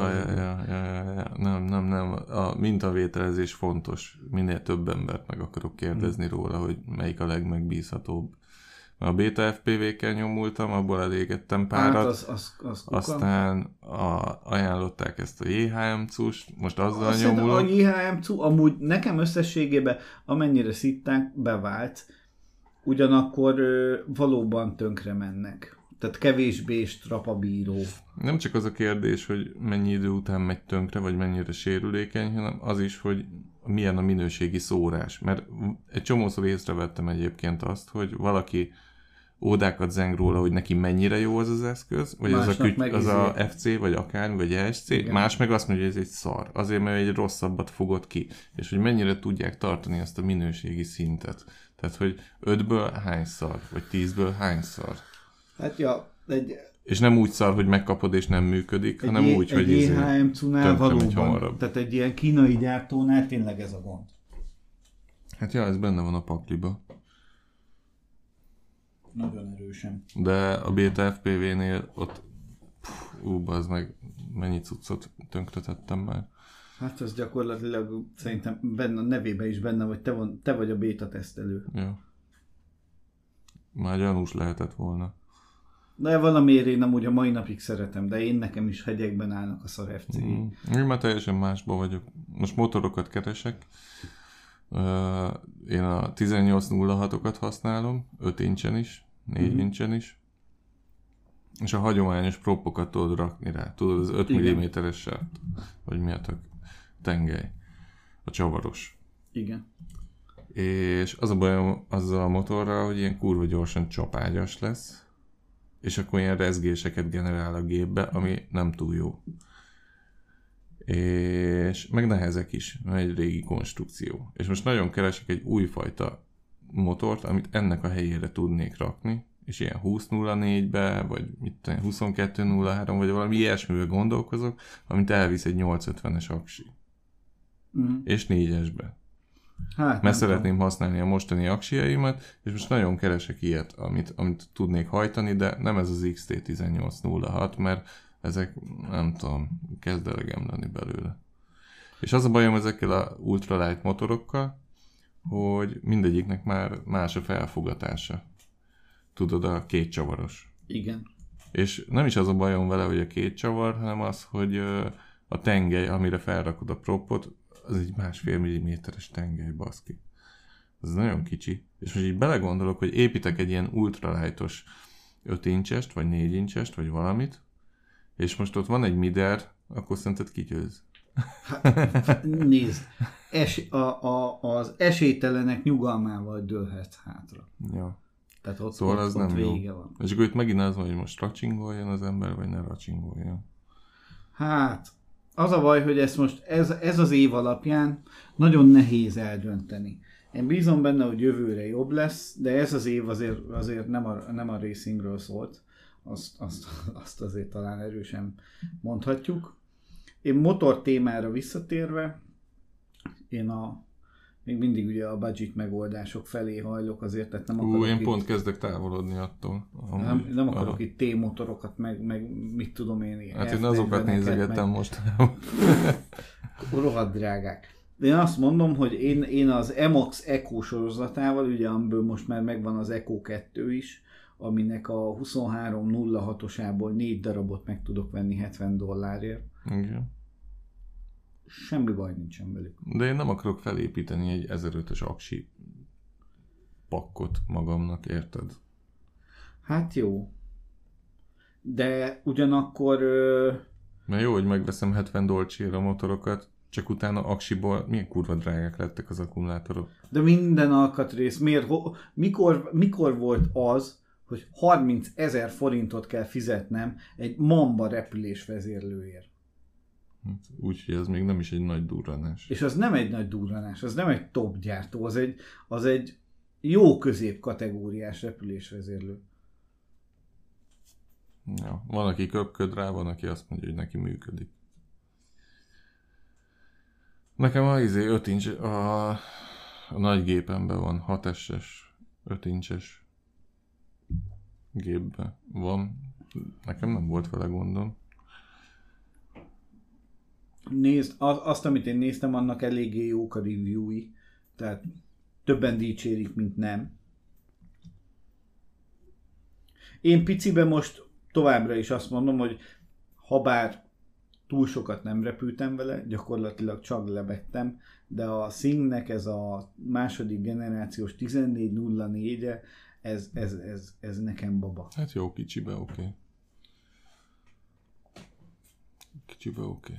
Speaker 1: Nem. A mintavételezés fontos. Minél több embert meg akarok kérdezni róla, hogy melyik a legmegbízhatóbb. A Beta FPV-kkel nyomultam, abból elégettem párat.
Speaker 2: Az
Speaker 1: aztán ajánlották ezt a JHM-cust, most azzal nyomulok.
Speaker 2: A JHM-cu amúgy nekem összességében, amennyire szitták, bevált, ugyanakkor valóban tönkre mennek. Tehát kevésbé strapabíró. Nem
Speaker 1: csak az a kérdés, hogy mennyi idő után megy tönkre, vagy mennyire sérülékeny, hanem az is, hogy milyen a minőségi szórás. Mert egy csomószor észrevettem egyébként azt, hogy valaki ódákat zeng róla, hogy neki mennyire jó az eszköz, vagy az a FC, vagy akármi, vagy ESC, igen. Más meg azt mondja, hogy ez egy szar. Azért, mert egy rosszabbat fogott ki. És hogy mennyire tudják tartani ezt a minőségi szintet. Tehát, hogy 5-ből hány szar, vagy 10-ből hány szar.
Speaker 2: Hát
Speaker 1: és nem úgy szar, hogy megkapod és nem működik, hanem úgy, hogy
Speaker 2: egy EHM-cunál valóban, tehát egy ilyen kínai gyártónál tényleg ez a gond.
Speaker 1: Hát ez benne van a pakliba.
Speaker 2: Nagyon erősen.
Speaker 1: De a Beta FPV-nél ott az meg mennyi cuccot tönkretettem már.
Speaker 2: Hát az gyakorlatilag szerintem benne a nevében is benne, hogy te vagy a beta tesztelő.
Speaker 1: Ja. Már gyanús lehetett volna.
Speaker 2: De valamiért én amúgy a mai napig szeretem, de nekem is hegyekben állnak a szar FC-i.
Speaker 1: Én már teljesen másban vagyok. Most motorokat keresek. Én a 1806-okat használom, 5 incsen is, 4 incsen is. És a hagyományos propokat tudod rakni rá. Tudod, az 5 mm-es sárt, vagy mi a tengely. A csavaros.
Speaker 2: Igen.
Speaker 1: És az a bajom azzal a motorral, hogy ilyen kurva gyorsan csapágyas lesz, és akkor ilyen rezgéseket generál a gépbe, ami nem túl jó. És meg nehezek is, mert egy régi konstrukció. És most nagyon keresek egy újfajta motort, amit ennek a helyére tudnék rakni, és ilyen 20.04-be, vagy mit tudom, 22.03, vagy valami ilyesmivel gondolkozok, amit elvisz egy 850-es aksi. És 4-esbe.
Speaker 2: Hát,
Speaker 1: mert szeretném használni a mostani aksiaimat, és most nagyon keresek ilyet, amit tudnék hajtani, de nem ez az XT1806, mert ezek, nem tudom, kezd elegem lenni belőle. És az a bajom ezekkel a ultralight motorokkal, hogy mindegyiknek már más a felfogatása. Tudod, a kétcsavaros.
Speaker 2: Igen.
Speaker 1: És nem is az a bajom vele, hogy a két csavar, hanem az, hogy a tengely, amire felrakod a propot, az egy 1,5 mm-es tengely, baszki. Ez nagyon kicsi. És most így belegondolok, hogy építek egy ilyen ultralightos 5 incsest, vagy 4 incsest, vagy valamit, és most ott van egy mider, akkor szerinted kigyőz?
Speaker 2: Hát, nézd, az esélytelenek nyugalmával dőlhetsz hátra.
Speaker 1: Ja.
Speaker 2: Tehát ott,
Speaker 1: szóval az nem
Speaker 2: vége
Speaker 1: jó.
Speaker 2: Van.
Speaker 1: És akkor itt megint az van, hogy most racsingoljon az ember, vagy ne racsingoljon.
Speaker 2: Hát, az a baj, hogy ez az év alapján nagyon nehéz eldönteni. Én bízom benne, hogy jövőre jobb lesz, de ez az év azért nem a racingről szólt. Azt azért talán erősen mondhatjuk. Én motor témára visszatérve, én még mindig ugye a budget megoldások felé hajlok azért, tehát nem akarok
Speaker 1: én pont kezdek távolodni attól.
Speaker 2: Nem akarok itt T-motorokat, meg mit tudom én.
Speaker 1: Hát én azokat nézegettem most.
Speaker 2: Rohadt drágák. De én azt mondom, hogy én az Emox Eco sorozatával, ugye amiből most már megvan az Eco 2 is, aminek a 2306-osából 4 darabot meg tudok venni $70.
Speaker 1: Igen.
Speaker 2: Semmi baj nincsen velük.
Speaker 1: De én nem akarok felépíteni egy 1005-ös aksi pakkot magamnak, érted?
Speaker 2: Hát jó. De ugyanakkor...
Speaker 1: Mert jó, hogy megveszem $70 a motorokat, csak utána aksiból milyen kurva drágák lettek az akkumulátorok.
Speaker 2: De minden alkatrész, mikor volt az, hogy 30 000 forintot kell fizetnem egy Mamba repülésvezérlőért?
Speaker 1: Úgyhogy ez még nem is egy nagy durranás.
Speaker 2: És az nem egy nagy durranás, az nem egy top gyártó, az egy jó középkategóriás repülésvezérlő.
Speaker 1: Ja, van, aki köpköd rá, van, aki azt mondja, hogy neki működik. Nekem a 5 inch a nagy gépemben van, 6S-es, 5 inches gépben van. Nekem nem volt vele gondom.
Speaker 2: Nézd, azt, amit én néztem, annak eléggé jók a review-i, tehát többen dicsérik, mint nem. Én piciben most továbbra is azt mondom, hogy habár túl sokat nem repültem vele, gyakorlatilag csak lebegtem, de a Singnek ez a második generációs 1404-e, ez nekem baba.
Speaker 1: Hát jó, kicsibe oké. Kicsibe oké.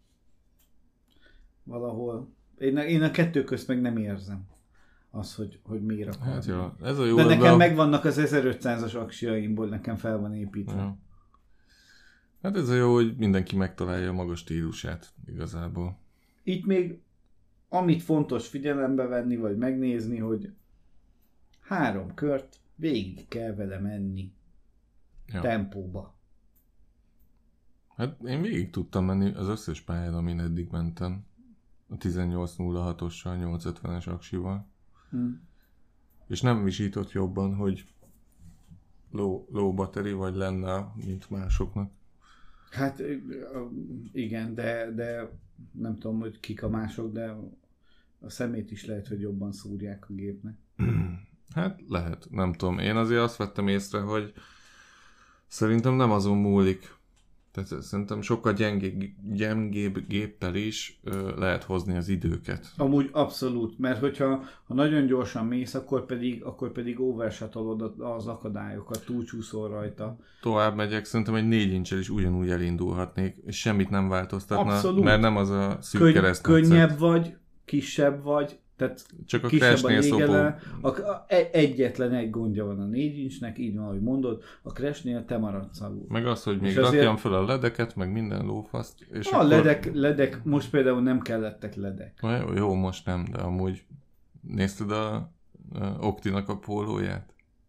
Speaker 2: Valahol. Én a kettő közt meg nem érzem az, hogy miért akar.
Speaker 1: Hát jó, ez a jó.
Speaker 2: De nekem megvannak az 1500-as aksiaimból, nekem fel van építve.
Speaker 1: Ja. Hát ez a jó, hogy mindenki megtalálja a maga stílusát igazából.
Speaker 2: Itt még amit fontos figyelembe venni, vagy megnézni, hogy 3 kört végig kell vele menni. Ja. Tempóba.
Speaker 1: Hát én végig tudtam menni az összes pályán, amin eddig mentem. A 1806-ossal, 850-es aksival. És nem visított jobban, hogy low battery vagy lenne, mint másoknak.
Speaker 2: Hát igen, de nem tudom, hogy kik a mások, de a szemét is lehet, hogy jobban szúrják a gépnek.
Speaker 1: Hát lehet, nem tudom. Én azért azt vettem észre, hogy szerintem nem azon múlik. Tehát szerintem sokkal gyengébb géppel is lehet hozni az időket.
Speaker 2: Amúgy abszolút, mert hogyha nagyon gyorsan mész, akkor pedig overshotolod az akadályokat, túlcsúszol rajta.
Speaker 1: Tovább megyek, szerintem egy 4 incsel is ugyanúgy elindulhatnék, és semmit nem változtatna,
Speaker 2: abszolút.
Speaker 1: Mert nem az a szűk keresztmetszet.
Speaker 2: Könnyebb vagy, kisebb vagy, Tehát
Speaker 1: csak a
Speaker 2: kisebb a
Speaker 1: Crash-nél
Speaker 2: légele, egyetlen egy gondja van a 4 inchnek, így van, ahogy mondod, a Crash-nél te maradsz alul.
Speaker 1: Meg az, hogy még
Speaker 2: És
Speaker 1: rakjam
Speaker 2: azért-
Speaker 1: fel a ledeket, meg minden lófaszt. És
Speaker 2: A ledek, most például nem kellettek ledek.
Speaker 1: Jó, most nem, de amúgy nézted a Oktinak a pólóját?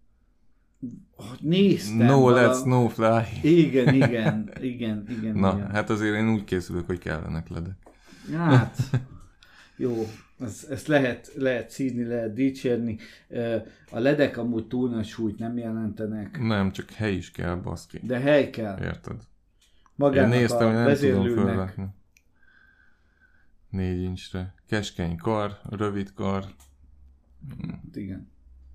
Speaker 2: Néztem.
Speaker 1: No let's no fly.
Speaker 2: Igen.
Speaker 1: Na,
Speaker 2: igen.
Speaker 1: hát azért én úgy készülök, hogy kellenek ledek.
Speaker 2: Hát, jó, ezt lehet színi, lehet dicsérni. A ledek amúgy túl nagy súlyt nem jelentenek,
Speaker 1: Nem, csak hely is kell, baszki.
Speaker 2: de hely kell.
Speaker 1: Érted? Én
Speaker 2: Magának
Speaker 1: néztem, hogy
Speaker 2: a
Speaker 1: nem tudom
Speaker 2: vezérlőnek.
Speaker 1: fölrakni. 4 incsre. Keskeny kar, rövid kar.
Speaker 2: Igen.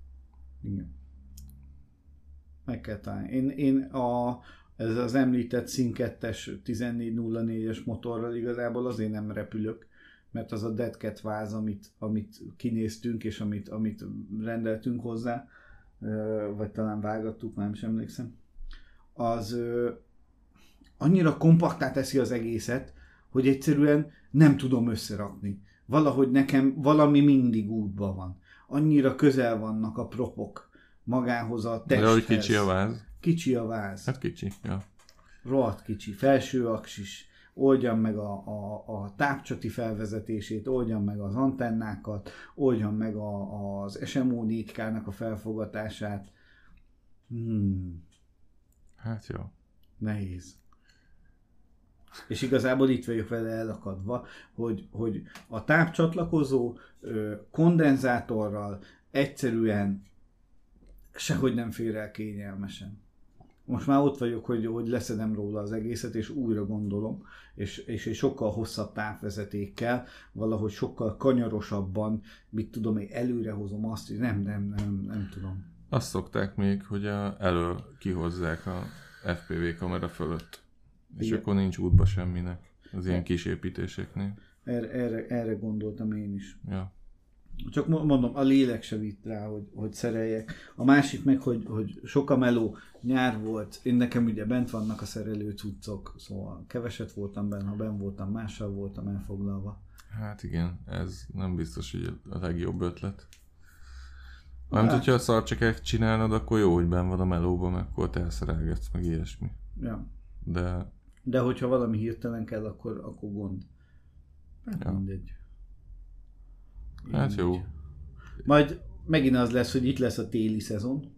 Speaker 2: Meg kell találni. Ez az említett Szín 2-es 1404-es motorral igazából azért nem repülök, mert az a Dead Cat váz, amit kinéztünk, és amit rendeltünk hozzá, vagy talán vágattuk, már nem is emlékszem, az annyira kompaktá teszi az egészet, hogy egyszerűen nem tudom összerakni. Valahogy nekem valami mindig útban van. Annyira közel vannak a propok magához a testhez.
Speaker 1: De hogy kicsi a váz?
Speaker 2: Kicsi a váz.
Speaker 1: Hát kicsi, ja.
Speaker 2: Rohadt kicsi. Felső aksis. Oldjam meg a tápcsati felvezetését, oldjam meg az antennákat, oldjam meg az SMO 4K-nak a felfogatását.
Speaker 1: Hát jó.
Speaker 2: Nehéz. És igazából itt vagyok vele elakadva, hogy a tápcsatlakozó kondenzátorral egyszerűen sehogy nem fér el kényelmesen. Most már ott vagyok, hogy leszedem róla az egészet, és újra gondolom, és egy sokkal hosszabb távvezetékkel, valahogy sokkal kanyarosabban, mit tudom, én előrehozom azt, hogy nem tudom.
Speaker 1: Azt szokták még, hogy elő kihozzák a FPV kamera fölött. És
Speaker 2: Igen.
Speaker 1: akkor nincs útba semminek az ilyen kis építéseknél.
Speaker 2: Erre gondoltam én is.
Speaker 1: Ja.
Speaker 2: Csak mondom, a lélek se vitt rá, hogy szereljek. A másik meg, hogy sok a meló, nyár volt, én nekem ugye bent vannak a szerelő cuccok, szóval keveset voltam benne, ha benn voltam, mással voltam elfoglalva.
Speaker 1: Hát igen, ez nem biztos, hogy a legjobb ötlet. Nem hogyha a szarcsekát csinálnod, akkor jó, hogy benn van a melóban, meg akkor te elszerelgetsz, meg ilyesmi.
Speaker 2: Ja.
Speaker 1: De
Speaker 2: hogyha valami hirtelen kell, akkor gond. Hát
Speaker 1: ja.
Speaker 2: Mindegy.
Speaker 1: Hát jó.
Speaker 2: Majd megint az lesz, hogy itt lesz a téli szezon.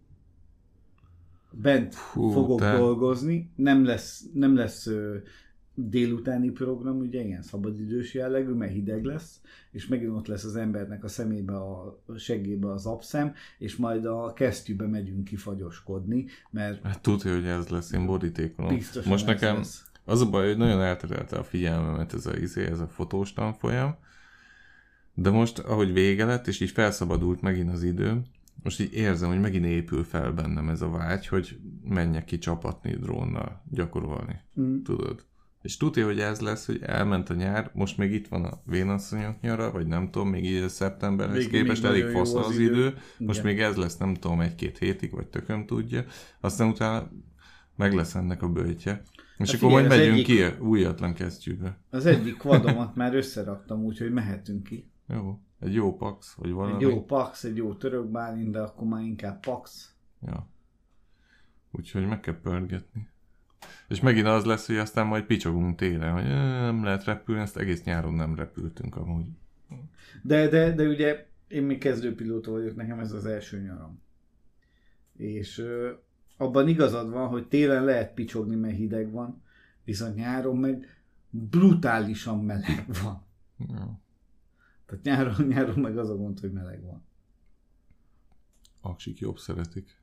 Speaker 2: Bent fogok dolgozni. Nem lesz délutáni program, ugye ilyen szabadidős jellegű, mert hideg lesz, és megint ott lesz az embernek a szemébe, a seggébe az abszem, és majd a kesztyűbe megyünk kifagyoskodni, mert...
Speaker 1: Hát tudja, hogy ez lesz, én borítékolom.
Speaker 2: Biztosan
Speaker 1: most nekem
Speaker 2: lesz.
Speaker 1: az a baj, hogy nagyon elterelte a figyelmemet ez a fotós tanfolyam, de most, ahogy vége lett, és így felszabadult megint az idő, most így érzem, hogy megint épül fel bennem ez a vágy, hogy menjek ki csapatni drónnal, gyakorolni. Tudod? És tudja, hogy ez lesz, hogy elment a nyár, most még itt van a vénasszonyok nyara, vagy nem tudom, még így szeptemberhez képest elég fasz az idő. Most még ez lesz, nem tudom, 1-2 hétig, vagy tököm tudja. Aztán utána meg lesz ennek a böjtje. És akkor majd megyünk ki újatlan kesztyűbe.
Speaker 2: Az egyik quadomat már összeraktam, úgyhogy mehetünk ki.
Speaker 1: Jó, egy jó pax, vagy valami.
Speaker 2: Egy jó pax, egy jó török bálint, de akkor már inkább pax.
Speaker 1: Ja. Úgyhogy meg kell pörgetni. És megint az lesz, hogy aztán majd picsogunk télen, hogy nem lehet repülni, ezt egész nyáron nem repültünk amúgy.
Speaker 2: De ugye én még kezdőpilóta vagyok, nekem ez az első nyaram. És abban igazad van, hogy télen lehet picsogni, mert hideg van, viszont nyáron meg brutálisan meleg van.
Speaker 1: Ja.
Speaker 2: Tehát nyáron meg az a gond, hogy meleg van.
Speaker 1: Aksik jobb szeretik.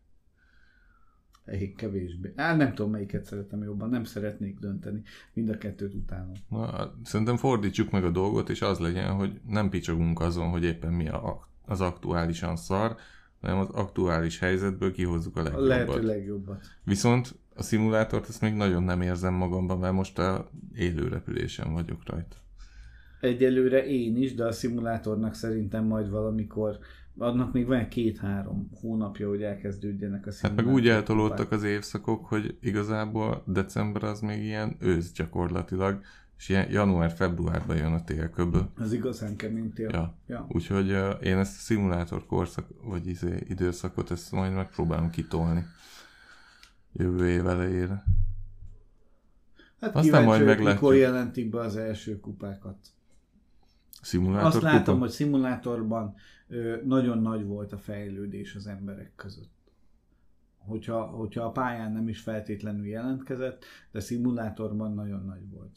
Speaker 2: Kevésbé. Nem tudom, melyiket szeretem jobban, nem szeretnék dönteni. Mind a kettőt utálom.
Speaker 1: Na, szerintem fordítsuk meg a dolgot, és az legyen, hogy nem picsogunk azon, hogy éppen mi az aktuálisan szar, hanem az aktuális helyzetből kihozzuk a legjobbat.
Speaker 2: A lehető legjobbat.
Speaker 1: Viszont a szimulátort ezt még nagyon nem érzem magamban, mert most a élő repülésen vagyok rajta.
Speaker 2: Egyelőre én is, de a szimulátornak szerintem majd valamikor, annak még van 2-3 hónapja, hogy elkezdődjenek a szimulátorok.
Speaker 1: Hát meg úgy eltolódtak az évszakok, hogy igazából december az még ilyen ősz gyakorlatilag, és január-februárban jön a télköböl.
Speaker 2: Az igazán kemény tél.
Speaker 1: Ja. Úgyhogy én ezt a szimulátor korszak, vagy időszakot, ezt majd megpróbálom kitolni jövő év elejére.
Speaker 2: Hát aztán majd meglátjuk, mikor jelentik be az első kupákat.
Speaker 1: Szimulátor
Speaker 2: azt látom, hogy szimulátorban nagyon nagy volt a fejlődés az emberek között. Hogyha a pályán nem is feltétlenül jelentkezett, de szimulátorban nagyon nagy volt.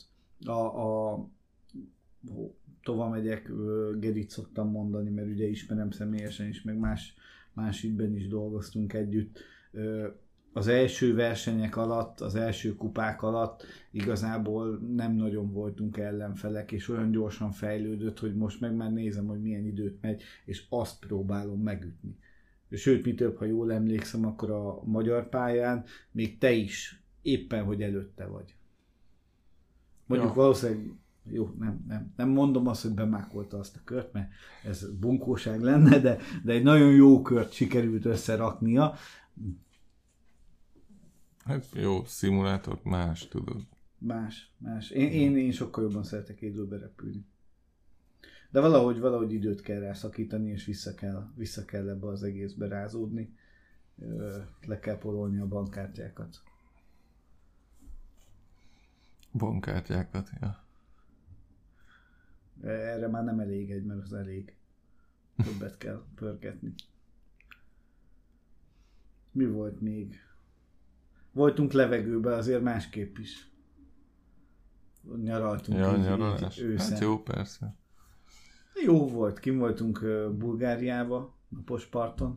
Speaker 2: Tova megyek, Gedit szoktam mondani, mert ugye ismerem személyesen is, meg más ügyben is dolgoztunk együtt. Az első versenyek alatt, az első kupák alatt igazából nem nagyon voltunk ellenfelek, és olyan gyorsan fejlődött, hogy most meg már nézem, hogy milyen időt megy, és azt próbálom megütni. Sőt, mi több, ha jól emlékszem, akkor a magyar pályán még te is éppen, hogy előtte vagy. Mondjuk valószínűleg, jó, nem mondom azt, hogy bemákolta azt a kört, mert ez bunkóság lenne, de egy nagyon jó kört sikerült összeraknia.
Speaker 1: Hát jó, szimulátor más, tudod.
Speaker 2: Más. Én sokkal jobban szeretek élőbe repülni. De valahogy időt kell rá szakítani, és vissza kell ebbe az egészbe rázódni. Le kell porolni a bankkártyákat.
Speaker 1: Bankkártyákat, ja.
Speaker 2: Erre már nem elég mert az elég. Többet kell pörgetni. Mi volt még? Voltunk levegőbe azért másképp is. Nyaraltunk.
Speaker 1: Ja, nyaralás. Hát jó, persze.
Speaker 2: Jó volt, kim voltunk Bulgáriába, napos parton.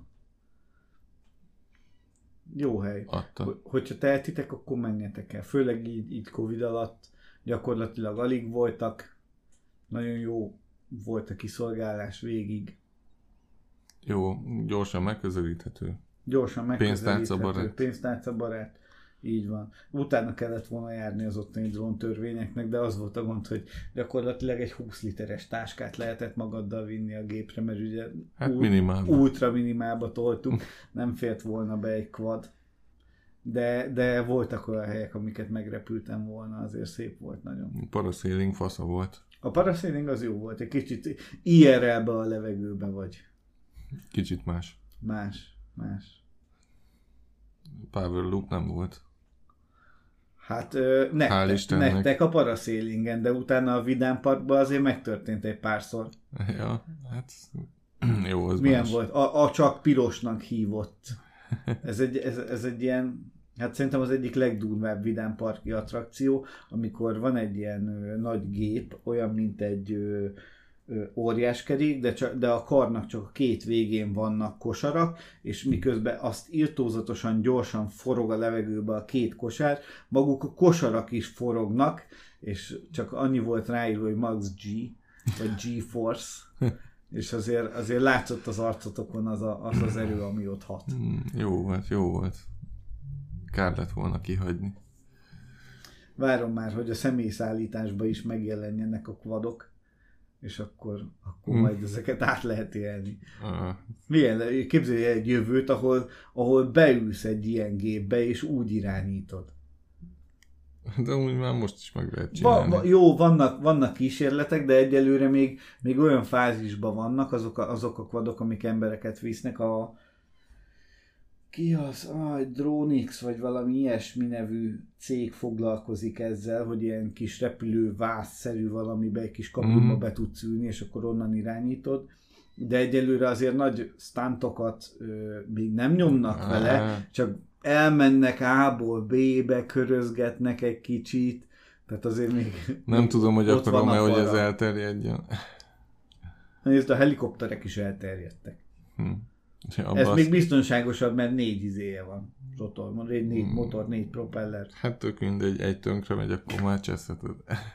Speaker 2: Jó hely. Hogyha tehetitek, akkor menjetek el. Főleg így Covid alatt gyakorlatilag alig voltak. Nagyon jó volt a kiszolgálás végig.
Speaker 1: Jó, gyorsan megközelíthető.
Speaker 2: Pénztárcabarát. Így van. Utána kellett volna járni az ottani dróntörvényeknek, de az volt a gond, hogy gyakorlatilag egy 20 literes táskát lehetett magaddal vinni a gépre, mert ugye ultra minimálba toltuk, nem fért volna be egy quad. De voltak olyan helyek, amiket megrepültem volna, azért szép volt nagyon.
Speaker 1: Parasailing fasza volt.
Speaker 2: A parasailing az jó volt, egy kicsit IRL-be a levegőben vagy.
Speaker 1: Kicsit más.
Speaker 2: Más.
Speaker 1: Power loop nem volt.
Speaker 2: Hát nektek a parasailingen, de utána a Vidám Parkban azért megtörtént egy párszor.
Speaker 1: Ja, hát jó, az
Speaker 2: milyen
Speaker 1: más.
Speaker 2: volt? A csak pirosnak hívott. Ez egy ilyen, hát szerintem az egyik legdurvább Vidám Parki attrakció, amikor van egy ilyen nagy gép, olyan, mint egy óriáskerék, de a karnak csak a két végén vannak kosarak, és miközben azt irtózatosan gyorsan forog a levegőbe a két kosár, maguk a kosarak is forognak, és csak annyi volt ráírva, hogy Max G, vagy G-Force, és azért látszott az arcotokon az erő, ami ott hat.
Speaker 1: Jó volt. Kár lett volna kihagyni.
Speaker 2: Várom már, hogy a személyszállításban is megjelenjenek a quadok, és akkor majd ezeket át lehet élni. Milyen? Képzelj egy jövőt, ahol beülsz egy ilyen gépbe, és úgy irányítod.
Speaker 1: De úgy már most is meg lehet csinálni.
Speaker 2: Jó, vannak kísérletek, de egyelőre még olyan fázisban vannak azok a quadok, amik embereket visznek. Ki az? Dronix, vagy valami ilyesmi nevű cég foglalkozik ezzel, hogy ilyen kis repülő vászszerű valamibe egy kis kapuba be tudsz ülni, és akkor onnan irányítod. De egyelőre azért nagy stuntokat még nem nyomnak vele, csak elmennek A-ból B-be, körözgetnek egy kicsit, tehát azért még...
Speaker 1: Nem tudom, hogy akarom-e, hogy ez elterjedjen.
Speaker 2: Nézd, a helikopterek is elterjedtek.
Speaker 1: Ja,
Speaker 2: ez még biztonságosabb, mert 4 izéje van. Rotor, 4 motor, 4 propeller.
Speaker 1: Hát tök mindegy, egy tönkre megy, akkor már cseszheted.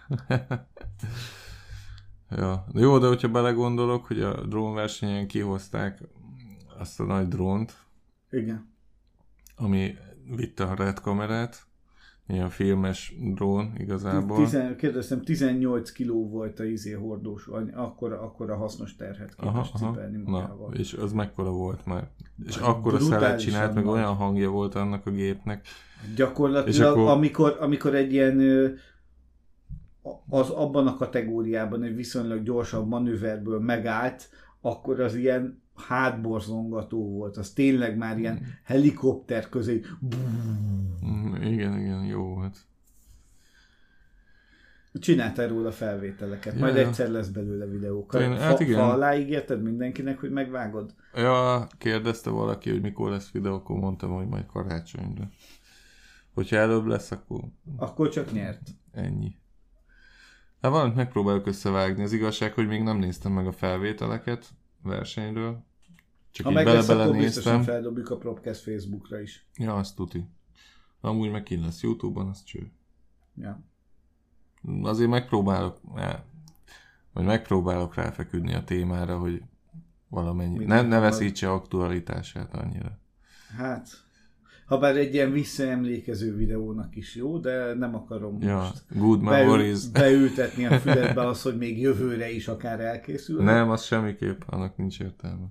Speaker 1: Ja. Jó, de hogyha belegondolok, hogy a drónversenyen kihozták azt a nagy drónt.
Speaker 2: Igen.
Speaker 1: Ami vitte a RED kamerát. Ilyen filmes drón igazából.
Speaker 2: Kérdeztem, 18 kiló volt a hordós, akkor a hasznos terhet képes cipelni magával.
Speaker 1: Na, és az mekkora volt már? És akkora szelet csinált, meg olyan hangja volt annak a gépnek.
Speaker 2: Gyakorlatilag, akkor... amikor egy ilyen az abban a kategóriában egy viszonylag gyorsabb manőverből megállt, akkor az ilyen hátborzongató volt. Az tényleg már ilyen helikopter közé.
Speaker 1: Igen, jó volt.
Speaker 2: Csináltál róla felvételeket, majd egyszer lesz belőle videó.
Speaker 1: Hát igen.
Speaker 2: Fa alá ígérted mindenkinek, hogy megvágod?
Speaker 1: Ja, kérdezte valaki, hogy mikor lesz videó, akkor mondtam, hogy majd karácsonyra. Hogyha előbb lesz, akkor...
Speaker 2: Akkor csak nyert.
Speaker 1: Ennyi. Hát valamit megpróbálok összevágni. Az igazság, hogy még nem néztem meg a felvételeket versenyről. Csak
Speaker 2: ha
Speaker 1: így
Speaker 2: meg lesz, akkor
Speaker 1: bele-bele
Speaker 2: biztosan
Speaker 1: néztem.
Speaker 2: feldobjuk a Propcast Facebookra is.
Speaker 1: Ja, azt tuti. Amúgy meg kint lesz YouTube-on, az cső.
Speaker 2: Ja.
Speaker 1: Azért megpróbálok ráfeküdni a témára, hogy valamennyi, ne veszítse aktualitását annyira.
Speaker 2: Hát, ha bár egy ilyen visszaemlékező videónak is jó, de nem akarom most
Speaker 1: good memories.
Speaker 2: beültetni a füledbe az, hogy még jövőre is akár elkészül.
Speaker 1: Nem, az semmiképp, annak nincs értelme.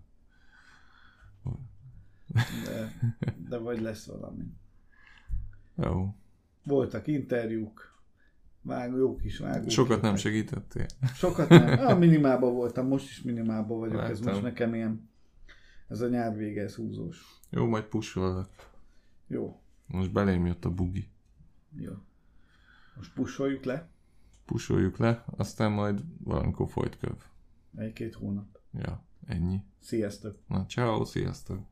Speaker 2: De vagy lesz valami.
Speaker 1: Jó.
Speaker 2: Voltak interjúk, jó kis vágók.
Speaker 1: Sokat nem segítettél.
Speaker 2: Sokat nem. Minimálban voltam, most is minimálban vagyok.
Speaker 1: Láttam.
Speaker 2: Ez most nekem ilyen, ez a nyár vége, ez húzós.
Speaker 1: Jó, majd pusolok.
Speaker 2: Jó.
Speaker 1: Most belém jött a bugi.
Speaker 2: Jó. Most pusoljuk le.
Speaker 1: Pusoljuk le, aztán majd valamikor folyt köv.
Speaker 2: Egy-két hónap.
Speaker 1: Ja, ennyi.
Speaker 2: Sziasztok.
Speaker 1: Na, ciao, sziasztok.